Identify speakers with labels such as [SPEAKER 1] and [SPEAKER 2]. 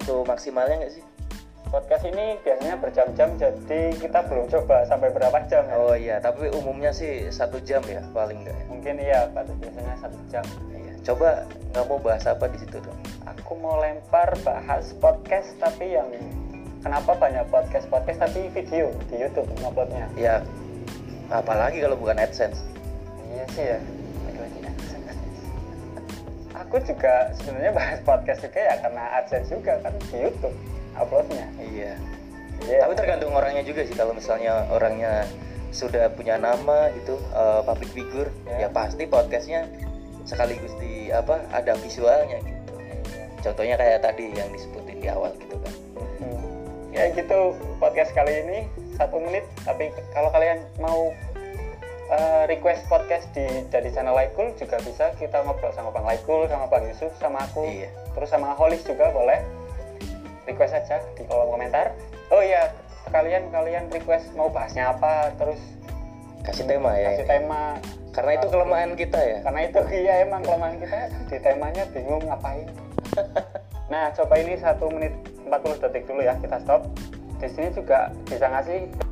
[SPEAKER 1] waktu maksimalnya nggak sih?
[SPEAKER 2] Podcast ini biasanya berjam-jam, jadi kita belum coba sampai berapa jam ya.
[SPEAKER 1] Oh iya, tapi umumnya sih 1 jam ya paling nggak ya?
[SPEAKER 2] Mungkin iya, biasanya 1 jam.
[SPEAKER 1] Iya. Coba nggak mau bahas apa di situ dong?
[SPEAKER 2] Aku mau lempar bahas podcast, tapi yang kenapa banyak podcast tapi video di YouTube uploadnya.
[SPEAKER 1] Ya, apalagi kalau bukan AdSense.
[SPEAKER 2] Iya sih ya. Aku juga sebenarnya bahas podcast juga ya karena AdSense juga kan di YouTube uploadnya.
[SPEAKER 1] Iya.
[SPEAKER 2] Yeah.
[SPEAKER 1] Tapi tergantung orangnya juga sih. Kalau misalnya orangnya sudah punya nama gitu, public figure, ya pasti podcastnya sekaligus ada visualnya gitu. Contohnya kayak tadi yang disebutin di awal gitu kan.
[SPEAKER 2] Ya gitu podcast kali ini 1 menit. Tapi kalau kalian mau request podcast dari channel Laikul juga bisa, kita ngobrol sama Bang Laikul, sama Bang Yusuf, sama aku, terus sama Holis juga boleh. Request aja di kolom komentar. Oh iya, kalian request mau bahasnya apa, terus
[SPEAKER 1] kasih tema ya.
[SPEAKER 2] Kasih tema.
[SPEAKER 1] Karena itu kelemahan kita ya.
[SPEAKER 2] Karena itu iya emang kelemahan kita, di temanya bingung ngapain. Nah, coba ini 1 menit 40 detik dulu ya, kita stop. Di sini juga bisa ngasih